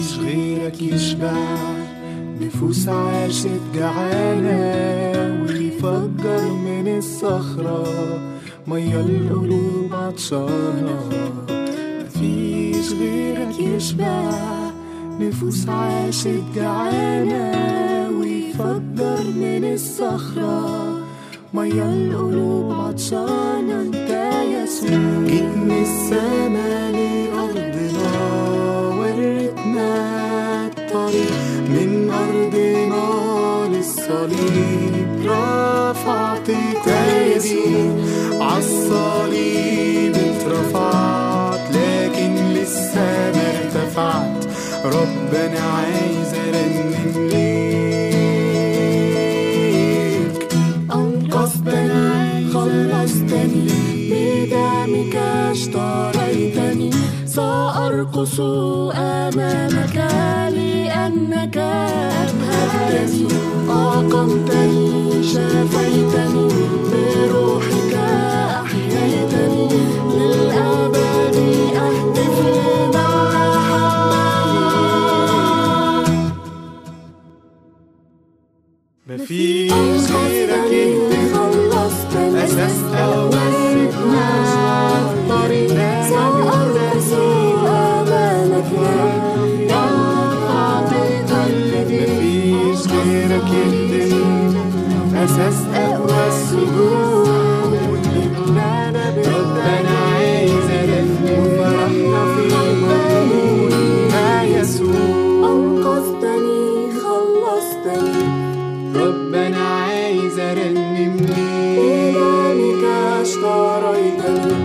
مفيش غيرك يشبع نفوس عاشت جعانة ويفجر من الصخرة مية القلوب عطشانة. مفيش غيرك يشبع نفوس عاشت جعانة ويفجر من الصخرة مية القلوب عطشانة. انت يسوع جيت من السما لأرضنا وريتنا الطريق من أرضنا للصليب رفعت ايدي عالصليب اترفعت لكن لسه ما ارتفعت. ربنا عايز ارنم ليك أنقذتني خلصتني بدمك اشتريتني سأرقص أمامك لأنك أبهجتني أقمتني شفيتني بروحك أحييتني للأبد أهتف لمحبتك. مفيش غيرك خلصتني أساس أولنا الطريق سأرقص أمامك مفيش غيرك يهدم أساس أقوى السجود. ربنا عايز ألفني وفرحنا في مجهود. يا يسوع أنقذتني خلصتني ربنا عايز أرنم ليك بدمك اشتريتني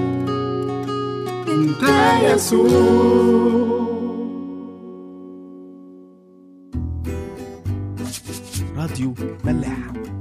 انت يسوع. راديو ملاح.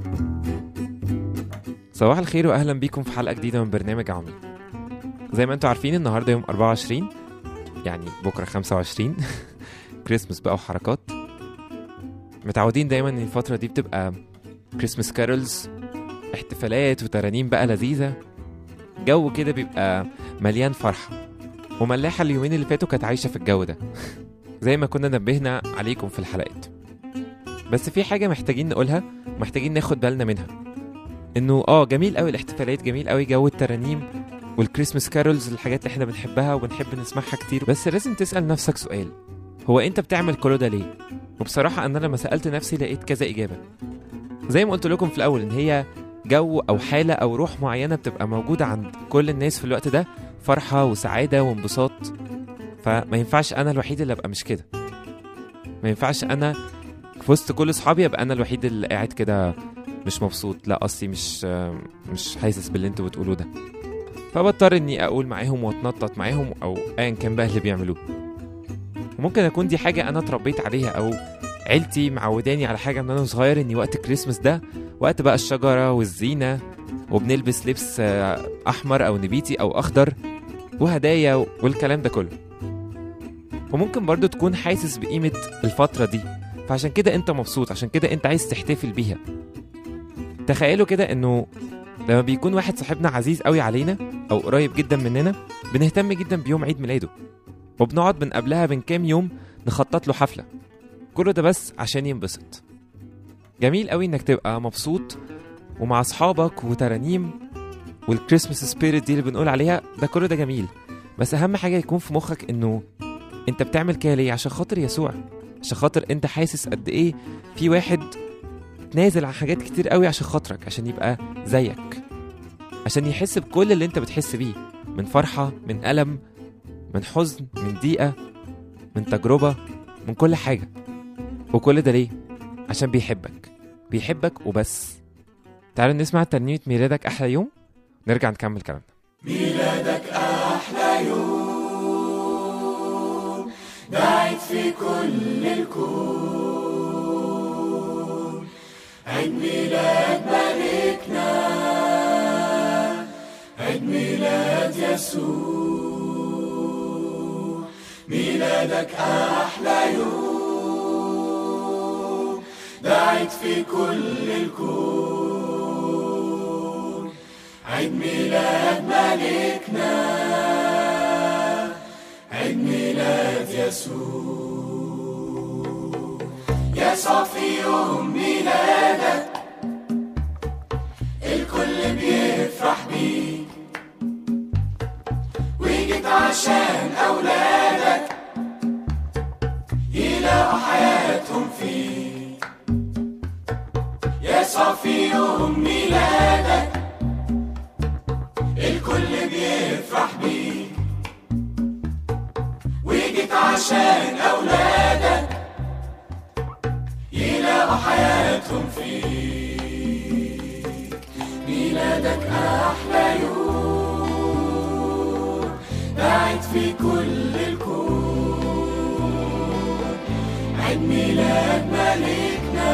صباح الخير واهلا بيكم في حلقه جديده من برنامج عمي. زي ما انتم عارفين النهارده يوم 24 يعني بكره 25 كريسمس بقى وحركات. متعودين دايما ان الفتره دي بتبقى كريسمس كارولز احتفالات وترانيم بقى لذيذه. جو كده بيبقى مليان فرحه وملاحه. اليومين اللي فاتوا كانت عايشه في الجو ده زي ما كنا نبهنا عليكم في الحلقات. بس في حاجه محتاجين نقولها ومحتاجين ناخد بالنا منها، انه جميل قوي الاحتفالات، جميل قوي جو الترانيم والكريسمس كارولز، الحاجات اللي احنا بنحبها وبنحب نسمعها كتير. بس لازم تسأل نفسك سؤال، هو انت بتعمل كل ده ليه؟ وبصراحة انا لما سألت نفسي لقيت كذا اجابة. زي ما قلت لكم في الاول ان هي جو او حالة او روح معينة بتبقى موجودة عند كل الناس في الوقت ده، فرحة وسعادة وانبساط. فما ينفعش انا الوحيد اللي ابقى مش كده، ما ينفعش انا في وسط كل اصحابي ابقى انا الوحيد اللي قاعد كده مش مبسوط. لا اصلي مش حاسس باللي انتوا بتقولوه ده. فبضطر اني اقول معاهم واتنطط معاهم او ايا كان بقى اللي بيعملوه. وممكن اكون دي حاجه انا اتربيت عليها او عيلتي معوداني على حاجه من انا صغير، اني وقت كريسمس ده وقت بقى الشجره والزينه وبنلبس لبس احمر او نبيتي او اخضر وهدايا والكلام ده كله. وممكن برضو تكون حاسس بقيمه الفتره دي، فعشان كده انت مبسوط، عشان كده انت عايز تحتفل بيها. تخيلوا كده انه لما بيكون واحد صاحبنا عزيز قوي علينا او قريب جدا مننا، بنهتم جدا بيوم عيد ميلاده وبنقعد من قبلها بكام يوم نخطط له حفلة، كله ده بس عشان ينبسط. جميل قوي انك تبقى مبسوط ومع اصحابك وترانيم والكريسمس سبيريت دي اللي بنقول عليها، ده كله ده جميل. بس اهم حاجة يكون في مخك انه انت بتعمل كده ليه؟ عشان خاطر يسوع، عشان خاطر انت حاسس قد ايه في واحد نازل عن حاجات كتير قوي عشان خاطرك، عشان يبقى زيك، عشان يحس بكل اللي انت بتحس بيه، من فرحة، من ألم، من حزن، من ضيقة، من تجربة، من كل حاجة. وكل ده ليه؟ عشان بيحبك وبس. تعالوا نسمع ترنيمة ميلادك أحلى يوم، نرجع نكمل كلامنا. ميلادك أحلى يوم دعيت في كل الكون، عيد ميلاد ملكنا، عيد ميلاد يسوع. ميلادك أحلى يوم دعيت في كل الكون، عيد ميلاد ملكنا، عيد ميلاد يسوع. يسوع في يوم ميلادك الكل بيفرح بيك، وجيت عشان أولادك يلاقوا حياتهم فيك. يسوع في يوم ميلادك الكل بيفرح بيك، وجيت عشان أولادك يلاقوا حياتهم فيك. ميلادك أحلى يوم دعيت في كل الكون، عيد ميلاد ملكنا،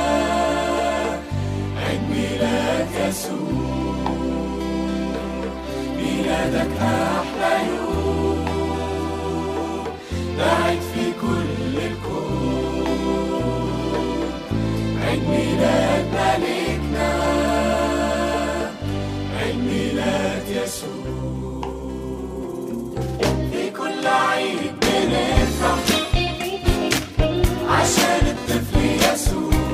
عيد ميلاد يسوع. ميلادك أحلى يوم دعيت في كل الكون، عيد ميلاد ملكنا، عيد ميلاد يسوع. في كل عيد بنفرح عشان الطفل يسوع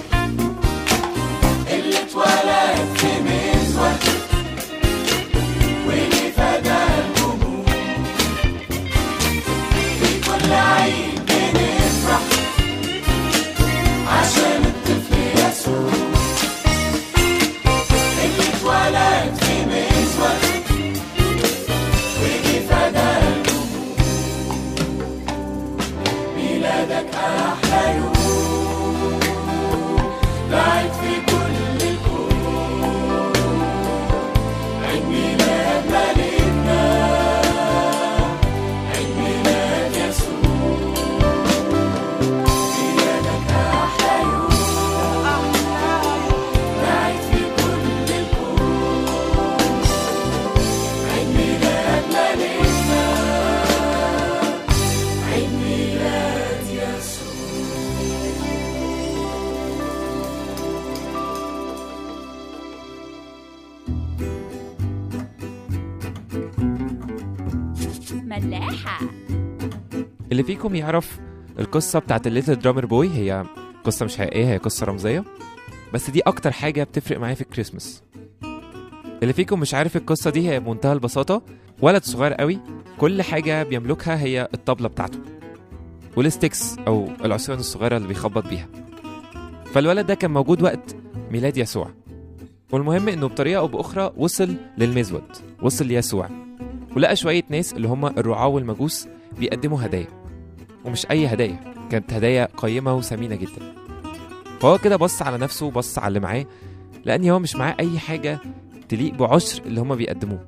اللي اتولد في مزود واللي فدى الجموع. في كل عيد بنفرح عشان الطفل يسوع اللي اتولد في مزود واللي فدى الجموع. ميلادك أحلى يوم دعيت في كل الكون، عيد ميلاد ملكنا، عيد ميلاد يسوع. ميلادك أحلى يوم دعيت في كل الكون، عيد ميلاد ملكنا، عيد ميلاد يسوع. ملاحة. اللي فيكم يعرف القصة بتاعت الليتل درامر بوي، هي قصة مش حقيقية، هي قصة رمزية، بس دي أكتر حاجة بتفرق معايا في الكريسماس. اللي فيكم مش عارف القصة دي، هي بمنتهى البساطة ولد صغير قوي كل حاجة بيملكها هي الطبلة بتاعته والستيكس أو العصيان الصغيرة اللي بيخبط بيها. فالولد ده كان موجود وقت ميلاد يسوع، والمهم إنه بطريقة أو بأخرى وصل للمزود، وصل ليسوع، ولقى شوية ناس اللي هم الرعاة والمجوس بيقدموا هدايا، ومش أي هدايا، كانت هدايا قيمة وثمينة جدا. فهو كده بص على نفسه وبص على اللي معاه، لأن هو مش معاه أي حاجة تليق بعشر اللي هم بيقدموه.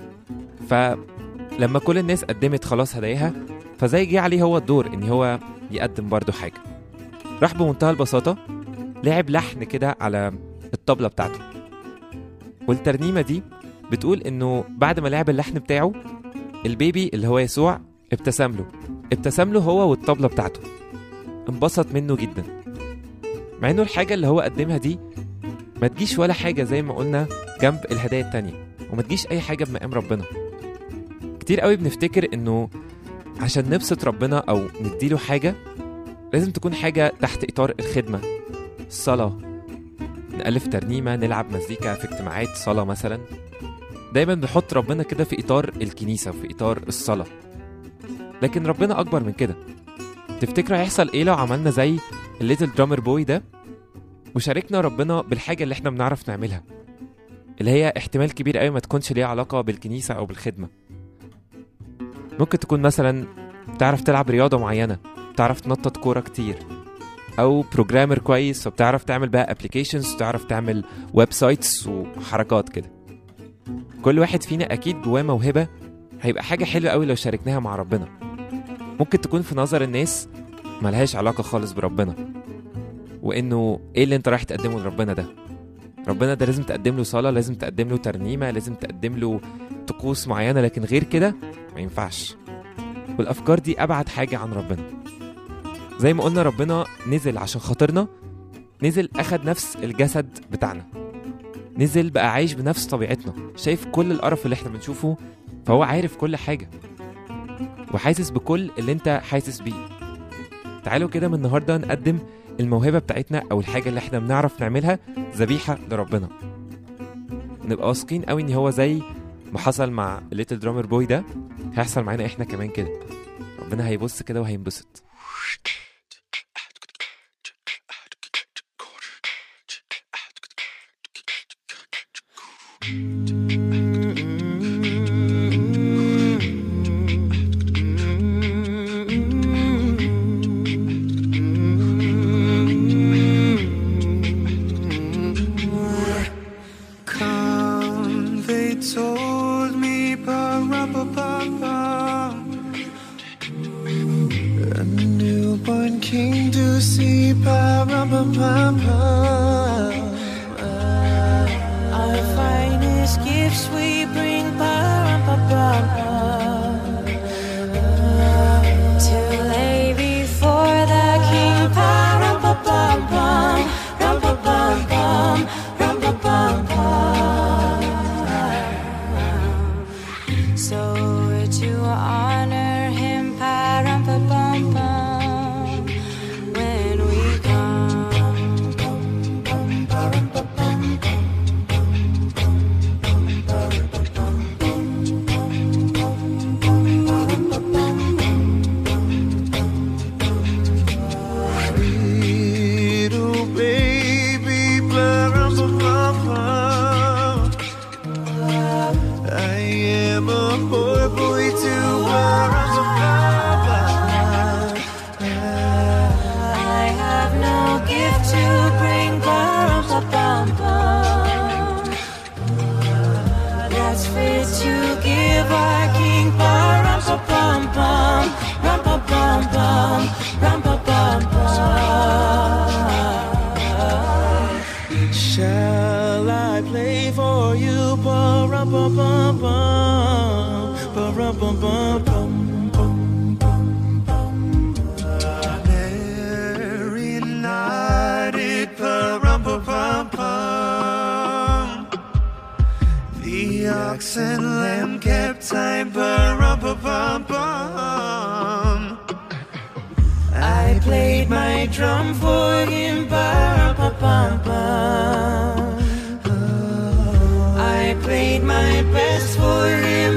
فلما كل الناس قدمت خلاص هداياها، فزي جه عليه هو الدور إن هو يقدم برضو حاجة. راح بمنتهى البساطة لعب لحن كده على الطبلة بتاعته، والترنيمة دي بتقول إنه بعد ما لعب اللحن بتاعه، البيبي اللي هو يسوع ابتسم له هو والطبلة بتاعته، انبسط منه جدا، مع إنه الحاجة اللي هو قدمها دي ما تجيش ولا حاجة زي ما قلنا جنب الهدايا التانية، وما تجيش أي حاجة بمقام ربنا. كتير قوي بنفتكر إنه عشان نبسط ربنا أو نديله حاجة لازم تكون حاجة تحت إطار الخدمة، الصلاة، نألف ترنيمة، نلعب مزيكا في اجتماعات صلاة مثلا. دايما بنحط ربنا كده في إطار الكنيسة وفي إطار الصلاة، لكن ربنا أكبر من كده. تفتكروا هيحصل إيه لو عملنا زي الليتل درامر بوي ده وشاركنا ربنا بالحاجة اللي احنا بنعرف نعملها، اللي هي احتمال كبير قوي ما تكونش ليها علاقة بالكنيسة أو بالخدمة؟ ممكن تكون مثلا بتعرف تلعب رياضة معينة، بتعرف تنطط كورة كتير، أو بروجرامر كويس فبتعرف تعمل بقى ابليكيشنز، بتعرف تعمل ويب سايتس وحركات كده. كل واحد فينا أكيد جواه موهبة هيبقى حاجة حلوة قوي لو شاركناها مع ربنا. ممكن تكون في نظر الناس ملهاش علاقة خالص بربنا، وإنه إيه اللي أنت رايح تقدمه لربنا ده؟ ربنا ده لازم تقدم له صلاة، لازم تقدم له ترنيمة، لازم تقدم له طقوس معينة، لكن غير كده ما ينفعش. والأفكار دي أبعد حاجة عن ربنا. زي ما قلنا ربنا نزل عشان خاطرنا، نزل أخد نفس الجسد بتاعنا، نزل بقى عايش بنفس طبيعتنا، شايف كل القرف اللي احنا بنشوفه، فهو عارف كل حاجة وحاسس بكل اللي انت حاسس بيه. تعالوا كده من النهاردة نقدم الموهبة بتاعتنا أو الحاجة اللي احنا بنعرف نعملها ذبيحة لربنا. نبقى واثقين قوي ان هو زي ما حصل مع ليتل درامر بوي ده هيحصل معانا احنا كمان كده. ربنا هيبص كده وهينبسط. Our finest gifts we bring to lay before the King. So to honor him, when we that's fit to give our King. Shall I play for you? Mary nodded, the ox and lamb kept time, I played my drum for him, I played my best for him,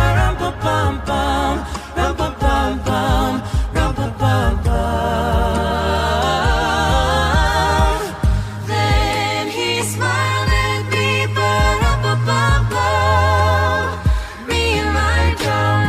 Then he smiled at me, me and my drum.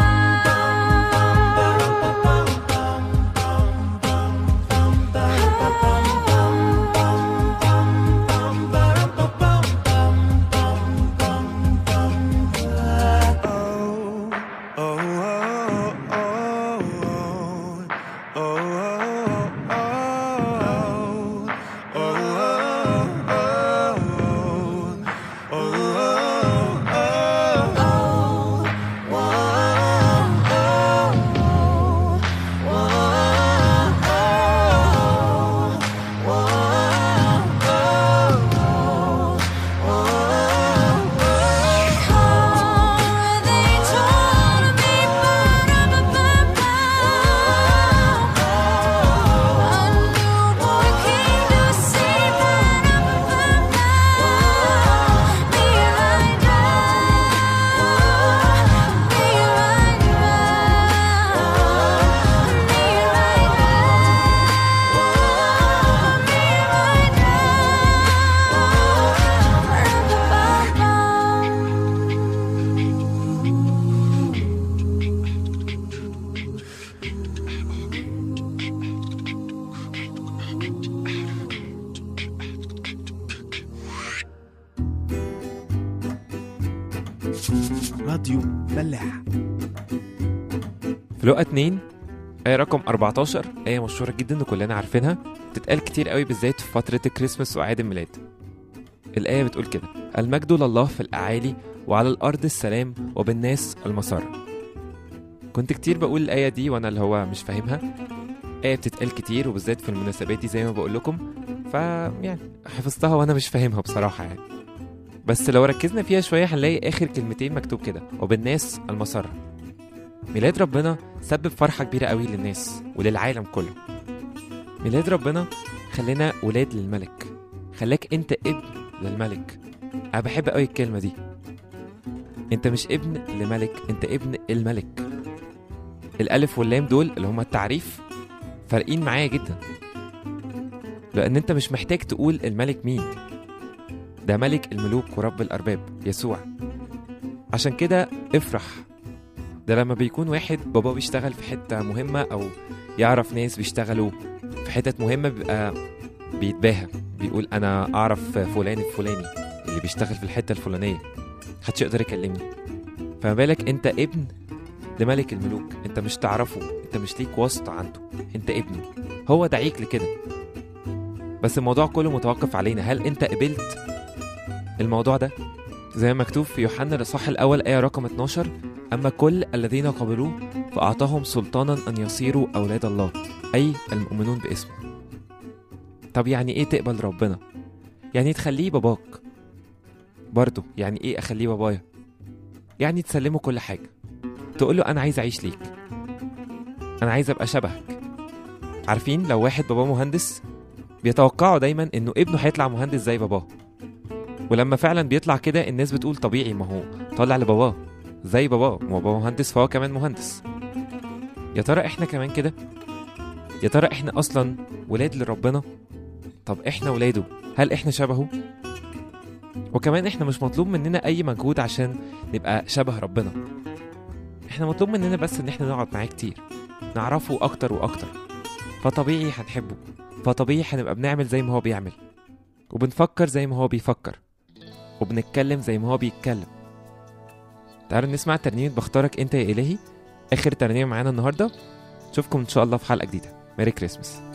راديو ملاح. في لقا 2 آية رقم 14، آية مشهورة جدا وكلنا عارفينها، بتتقال كتير قوي بالذات في فترة الكريسماس وأعياد الميلاد. الآية بتقول كده: المجد لله في الأعالي وعلى الأرض السلام وبالناس المسار. كنت كتير بقول الآية دي وأنا اللي هو مش فاهمها. آية بتتقال كتير وبالذات في المناسبات دي زي ما بقول لكم، يعني حفظتها وأنا مش فاهمها بصراحة يعني. بس لو ركزنا فيها شوية هنلاقي آخر كلمتين مكتوب كده: وبالناس المسار. ميلاد ربنا سبب فرحة كبيرة قوي للناس وللعالم كله. ميلاد ربنا خلينا ولاد للملك، خلاك انت ابن للملك. انا بحب قوي الكلمة دي. انت مش ابن لملك، انت ابن الملك. الالف واللام دول اللي هما التعريف فارقين معايا جدا، لان انت مش محتاج تقول الملك مين، ده ملك الملوك ورب الارباب يسوع. عشان كده افرح. ده لما بيكون واحد بابا بيشتغل في حتة مهمة او يعرف ناس بيشتغلوا في حتت مهمة، بيبقى بيتباهى، بيقول انا اعرف فلان الفلاني اللي بيشتغل في الحتة الفلانية، محدش يقدر يكلمني. فما بالك انت ابن لملك الملوك، انت مش تعرفه، انت مش ليك واسطة عنده، انت ابنه، هو دعيك لكده. بس الموضوع كله متوقف علينا، هل انت قبلت الموضوع ده؟ زي ما مكتوب في يوحنا الإصحاح الأول آية رقم 12: أما كل الذين قبلوه فأعطاهم سلطانا أن يصيروا أولاد الله، أي المؤمنون باسمه. طب يعني إيه تقبل ربنا؟ يعني تخليه باباك برضو. يعني إيه أخليه بابايا؟ يعني تسلمه كل حاجة، تقوله أنا عايز أعيش ليك، أنا عايز أبقى شبهك. عارفين لو واحد باباه مهندس بيتوقعوا دايما إنه ابنه هيطلع مهندس زي باباه، ولما فعلا بيطلع كده الناس بتقول طبيعي، ما هو طلع لباباه زي باباه، ما هو باباه مهندس فهو كمان مهندس. يا ترى احنا كمان كده؟ يا ترى احنا اصلا ولاد لربنا؟ طب احنا ولاده، هل احنا شبهه؟ وكمان احنا مش مطلوب مننا اي مجهود عشان نبقى شبه ربنا، احنا مطلوب مننا بس ان احنا نقعد معاه كتير، نعرفه اكتر واكتر، فطبيعي هنحبه، فطبيعي هنبقى بنعمل زي ما هو بيعمل، وبنفكر زي ما هو بيفكر، وبنتكلم زي ما هو بيتكلم. تعالوا نسمع ترنيمة بختارك انت يا إلهي، آخر ترنيمة معانا النهاردة. نشوفكم إن شاء الله في حلقة جديدة. ميري كريسمس.